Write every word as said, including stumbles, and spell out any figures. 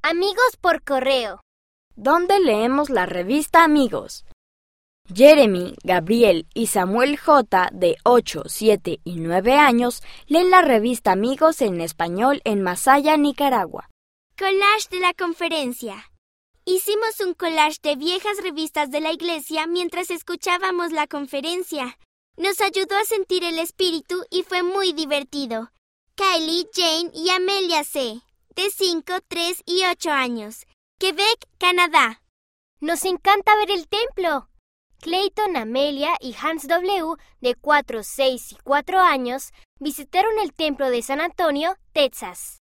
Amigos por correo. ¿Dónde leemos la revista Amigos? Jeremy, Gabriel y Samuel J., de ocho, siete y nueve años, leen la revista Amigos en español en Masaya, Nicaragua. Collage de la conferencia. Hicimos un collage de viejas revistas de la iglesia mientras escuchábamos la conferencia. Nos ayudó a sentir el espíritu y fue muy divertido. Kylie, Jane y Amelia C., de cinco, tres y ocho años. Quebec, Canadá. Nos encanta ver el templo. Clayton, Amelia y Hans W., de cuatro, seis y cuatro años, visitaron el templo de San Antonio, Texas.